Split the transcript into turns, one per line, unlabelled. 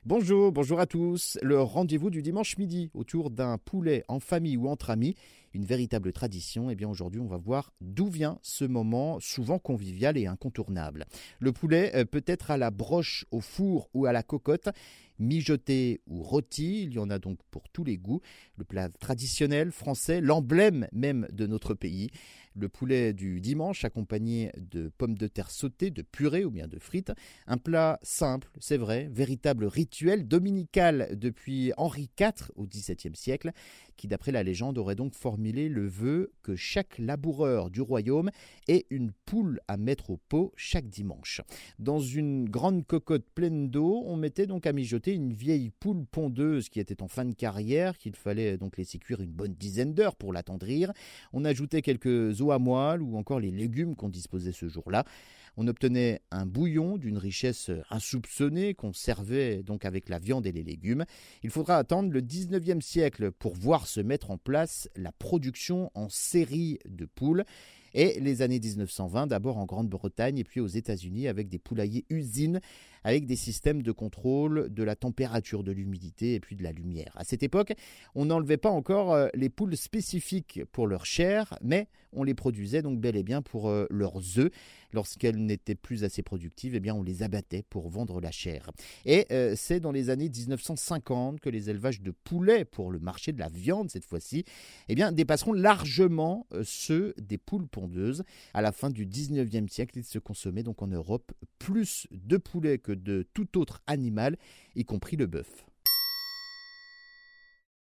Bonjour à tous. Le rendez-vous du dimanche midi autour d'un poulet en famille ou entre amis, une véritable tradition. Eh bien aujourd'hui, on va voir d'où vient ce moment souvent convivial et incontournable. Le poulet peut être à la broche, au four ou à la cocotte, mijoté ou rôti. Il y en a donc pour tous les goûts. Le plat traditionnel français, l'emblème même de notre pays. Le poulet du dimanche accompagné de pommes de terre sautées, de purée ou bien de frites. Un plat simple, c'est vrai, véritable rituel dominical depuis Henri IV au XVIIe siècle, qui d'après la légende aurait donc formulé le vœu que chaque laboureur du royaume ait une poule à mettre au pot chaque dimanche. Dans une grande cocotte pleine d'eau, on mettait donc à mijoter une vieille poule pondeuse qui était en fin de carrière, qu'il fallait donc laisser cuire une bonne dizaine d'heures pour l'attendrir. On ajoutait quelques os à moelle ou encore les légumes qu'on disposait ce jour-là. On obtenait un bouillon d'une richesse insoupçonnée qu'on servait donc avec la viande et les légumes. Il faudra attendre le 19e siècle pour voir se mettre en place la production en série de poules. Et les années 1920, d'abord en Grande-Bretagne et puis aux États-Unis avec des poulaillers usines avec des systèmes de contrôle de la température, de l'humidité et puis de la lumière. À cette époque, on n'enlevait pas encore les poules spécifiques pour leur chair, mais on les produisait donc bel et bien pour leurs œufs. Lorsqu'elles n'étaient plus assez productives, eh bien on les abattait pour vendre la chair. Et c'est dans les années 1950 que les élevages de poulets pour le marché de la viande, cette fois-ci, eh bien, dépasseront largement ceux des poules pondeuses. À la fin du 19e siècle, il se consommait donc en Europe plus de poulets que de tout autre animal, y compris le bœuf.